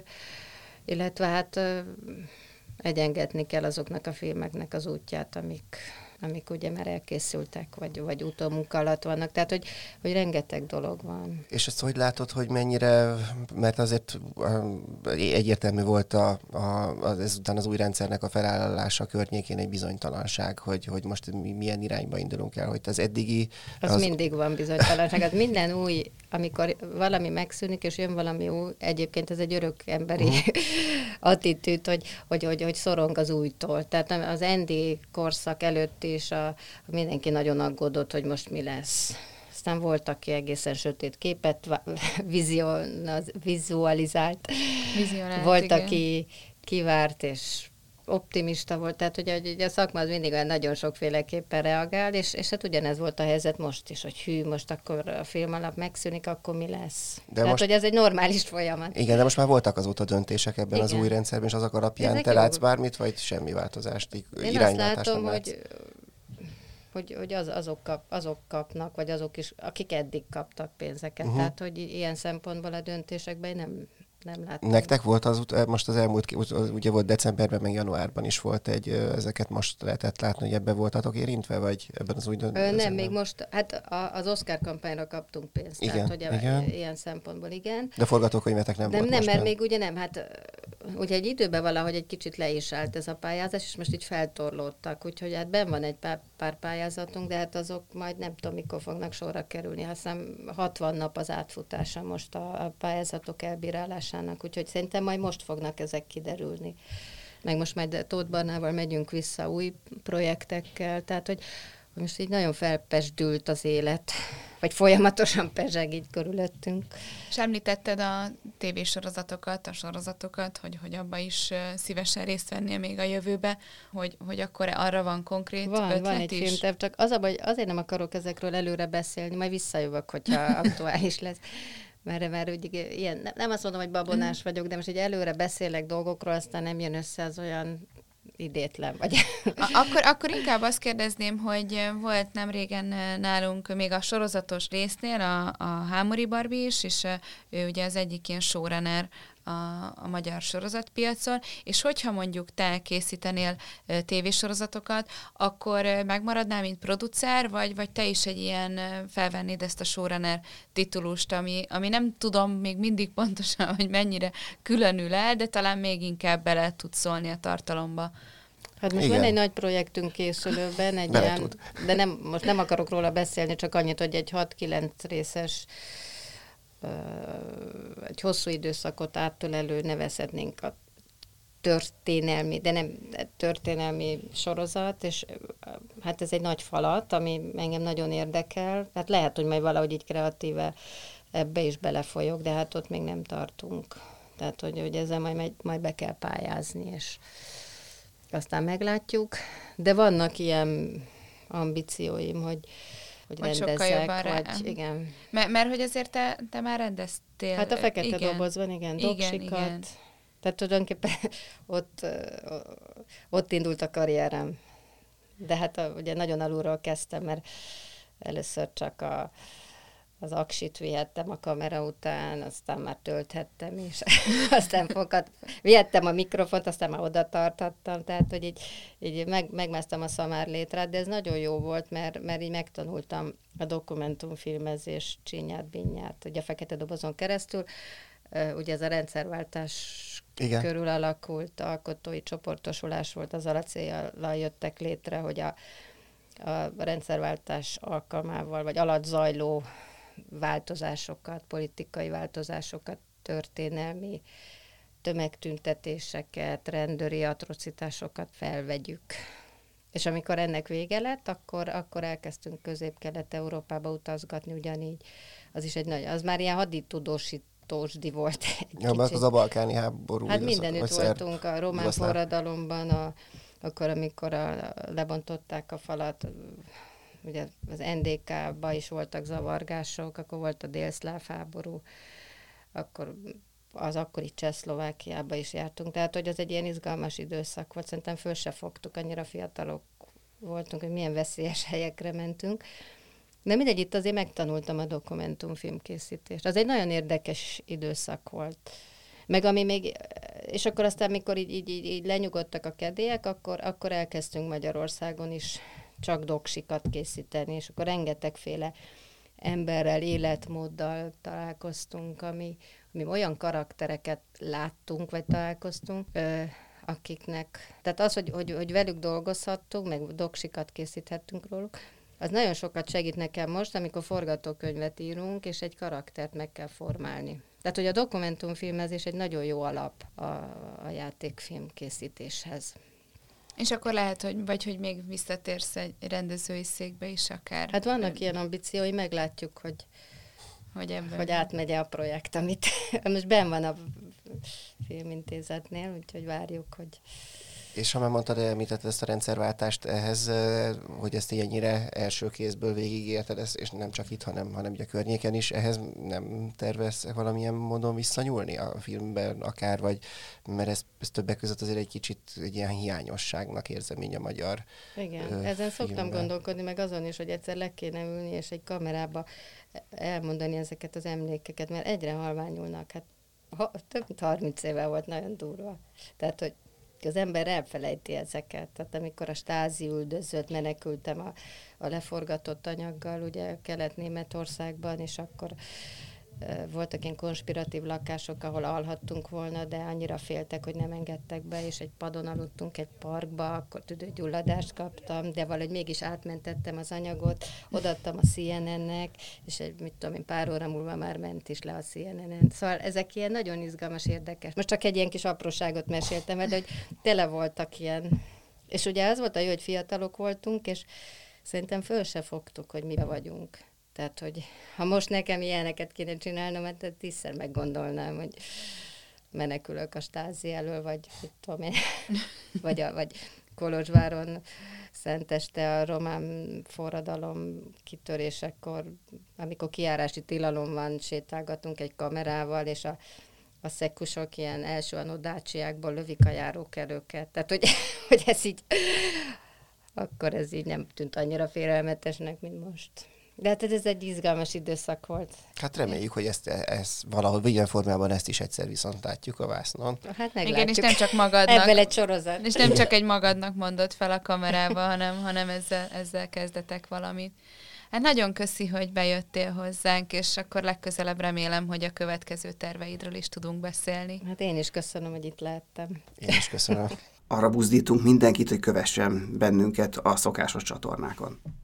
illetve hát... egyengetni kell azoknak a filmeknek az útját, amik, amik ugye már elkészültek, vagy, vagy utómunka alatt vannak. Tehát, hogy, hogy rengeteg dolog van. És ezt hogy látod, hogy mennyire, mert azért egyértelmű volt a, a, ezután az új rendszernek a felállása környékén egy bizonytalanság, hogy, hogy most milyen irányba indulunk el, hogy az eddigi... Az, az mindig van bizonytalanság. Az minden új, amikor valami megszűnik, és jön valami új, egyébként ez egy örök emberi uh-huh. attitűd, hogy, hogy, hogy, hogy szorong az újtól. Tehát az Andy korszak előtt is a, mindenki nagyon aggódott, hogy most mi lesz. Aztán volt, aki egészen sötét képet vizualizált. Vizionált, volt, igen. aki kivárt, és optimista volt, tehát ugye, ugye a szakma az mindig olyan nagyon sokféleképpen reagál, és, és hát ugyanez volt a helyzet most is, hogy hű, most akkor a film alap megszűnik, akkor mi lesz. De tehát, most, hogy ez egy normális folyamat. Igen, de most már voltak azóta döntések ebben igen. az új rendszerben, és azok alapján ezek te jó. Látsz bármit, vagy semmi változást, Én azt látom, hogy, hogy, hogy az, azok, kap, azok kapnak, vagy azok is, akik eddig kaptak pénzeket. Uh-huh. Tehát, hogy ilyen szempontból a döntésekben nem nem látom. Nektek volt az, most az elmúlt, ugye volt decemberben, meg januárban is volt egy, ezeket most lehetett látni, hogy ebben voltatok érintve, vagy ebben az új döntésben? Nem, még most, hát az Oscar kampányra kaptunk pénzt, igen, tehát hogy igen. ilyen szempontból igen. De forgatókönyvetek nem, nem volt Nem, most mert nem. még ugye nem, hát ugye egy időben valahogy egy kicsit le is állt ez a pályázás, és most így feltorlódtak, úgyhogy hát benn van egy pár, pár pályázatunk, de hát azok majd nem tudom, mikor fognak sorra kerülni. Azt hiszem hatvan nap az átfutása most a, a pályázatok elbírálásának, úgyhogy szerintem majd most fognak ezek kiderülni. Meg most majd Tóth Barnával megyünk vissza új projektekkel, tehát hogy most így nagyon felpesdült az élet, vagy folyamatosan pezseg így körülöttünk. És említetted a tévésorozatokat, a sorozatokat, hogy, hogy abba is szívesen részt vennél még a jövőbe, hogy, hogy akkor arra van konkrét van, ötlet van egy is? filmterv, csak az a baj, azért nem akarok ezekről előre beszélni, majd visszajövök, hogyha aktuális lesz. Mert, mert ugye, ilyen, nem azt mondom, hogy babonás vagyok, de most így előre beszélek dolgokról, aztán nem jön össze az olyan idétlen vagy. Akkor, akkor inkább azt kérdezném, hogy volt nem régen nálunk még a sorozatos résznél a, a Hámori Barbie is, és ő ugye az egyik ilyen showrunner a, a magyar sorozatpiacon, és hogyha mondjuk te készítenél tévésorozatokat, akkor megmaradnál, mint producer, vagy, vagy te is egy ilyen felvennéd ezt a showrunner titulust, ami, ami nem tudom még mindig pontosan, hogy mennyire különül el, de talán még inkább bele tud szólni a tartalomba. Hát most igen. Van egy nagy projektünk készülőben, egy ilyen, de nem, most nem akarok róla beszélni, csak annyit, hogy egy hat-kilenc részes egy hosszú időszakot áttölelő nevezhetnénk a történelmi, de nem történelmi sorozat, és hát ez egy nagy falat, ami engem nagyon érdekel. Hát lehet, hogy majd valahogy így kreatíve ebbe is belefolyok, de hát ott még nem tartunk. Tehát, hogy, hogy ezzel majd, majd be kell pályázni, és aztán meglátjuk. De vannak ilyen ambícióim, hogy hogy vagy rendezek, vagy igen. Mert, mert hogy azért te, te már rendeztél. Hát a Fekete igen. Dobozban, igen, doksikat. Igen, igen. Tehát tulajdonképpen ott, ott indult a karrierem. De hát a, ugye nagyon alulról kezdtem, mert először csak a, az aksit vihettem a kamera után, aztán már tölthettem is, aztán fokat, vihettem a mikrofont, aztán már oda tarthattam, tehát hogy így, így meg, megmásztam a szamárlétrát, de ez nagyon jó volt, mert, mert így megtanultam a dokumentumfilmezés csinyát, binyát, ugye a Fekete Dobozon keresztül, ugye ez a rendszerváltás igen. körül alakult, alkotói csoportosulás volt, az alacéllal jöttek létre, hogy a, a rendszerváltás alkalmával, vagy alatt zajló változásokat, politikai változásokat, történelmi tömegtüntetéseket, rendőri atrocitásokat felvegyük. És amikor ennek vége lett, akkor, akkor elkezdtünk Közép-Kelet-Európába utazgatni ugyanígy. Az is egy nagy, az már ilyen haditudósítósdi volt. Ja, mert az a balkáni háború. Hát mindenütt voltunk, a román forradalomban, a, akkor, amikor a, lebontották a falat, ugye az en dé ká-ban is voltak zavargások, akkor volt a délszláv háború, akkor az akkori Csehszlovákiában is jártunk, tehát hogy az egy ilyen izgalmas időszak volt, szerintem föl se fogtuk, annyira fiatalok voltunk, hogy milyen veszélyes helyekre mentünk. De mindegy, itt azért megtanultam a dokumentumfilmkészítést. Az egy nagyon érdekes időszak volt. Meg ami még, és akkor aztán, mikor így, így, így, így lenyugodtak a kedélyek, akkor, akkor elkezdtünk Magyarországon is csak doksikat készíteni, és akkor rengetegféle emberrel, életmóddal találkoztunk, ami, ami olyan karaktereket láttunk, vagy találkoztunk, ö, akiknek, tehát az, hogy, hogy, hogy velük dolgozhattunk, meg doksikat készíthettünk róluk, az nagyon sokat segít nekem most, amikor forgatókönyvet írunk, és egy karaktert meg kell formálni. Tehát, hogy a dokumentumfilmezés egy nagyon jó alap a, a játékfilm készítéshez. És akkor lehet, hogy vagy hogy még visszatérsz egy rendezői székbe is akár. Hát vannak ilyen ambíciói, meglátjuk, hogy, hogy, ebben hogy átmegy a projekt, amit most benn van a filmintézetnél, úgyhogy várjuk, hogy... És ha már mondtad, említetted ezt a rendszerváltást, ehhez, hogy ezt ennyire első kézből végigérted, és nem csak itt, hanem, hanem ugye a környéken is, ehhez nem tervez valamilyen módon visszanyúlni a filmben akár, vagy mert ez, ez többek között azért egy kicsit egy ilyen hiányosságnak érzem így a magyar Igen, ö, ezen filmben. szoktam gondolkodni, meg azon is, hogy egyszer le kéne ülni, és egy kamerába elmondani ezeket az emlékeket, mert egyre halványulnak. Hát ha, több mint harminc éve volt, nagyon durva. Tehát, hogy az ember elfelejti ezeket. Tehát amikor a Stázi üldözött, menekültem a, a leforgatott anyaggal, ugye Kelet-Németországban, és akkor e, voltak ilyen konspiratív lakások, ahol alhattunk volna, de annyira féltek, hogy nem engedtek be, és egy padon aludtunk egy parkba, akkor tüdőgyulladást kaptam, de valahogy mégis átmentettem az anyagot, odaadtam a C N N-nek, és egy, mit tudom én, pár óra múlva már ment is le a C N N-en. Szóval ezek ilyen nagyon izgalmas, érdekes. Most csak egy ilyen kis apróságot meséltem, de hogy tele voltak ilyen. És ugye az volt a jó, hogy fiatalok voltunk, és szerintem föl se fogtuk, hogy mibe vagyunk. Tehát, hogy ha most nekem ilyeneket kéne csinálnom, hát tízszer meggondolnám, hogy menekülök a Stázi elől, vagy mit tudom én, vagy, a, vagy Kolozsváron szenteste a román forradalom kitörésekor, amikor kijárási tilalom van, sétálgatunk egy kamerával, és a, a szekkusok ilyen első anodácsiákból lövik a járókelőket. Tehát, hogy, hogy ez így, akkor ez így nem tűnt annyira félelmetesnek, mint most. De hát ez egy izgalmas időszak volt. Hát reméljük, hogy ezt, ezt valahogy ilyen formában ezt is egyszer viszont látjuk a vásznon. Hát meglátjuk. Igen, és nem csak magadnak. Ebből egy sorozat. És nem csak egy magadnak mondott fel a kamerába, hanem, hanem ezzel, ezzel kezdetek valamit. Hát nagyon köszi, hogy bejöttél hozzánk, és akkor legközelebb remélem, hogy a következő terveidről is tudunk beszélni. Hát én is köszönöm, hogy itt lehettem. Én is köszönöm. Arra buzdítunk mindenkit, hogy kövessen bennünket a szokásos csatornákon.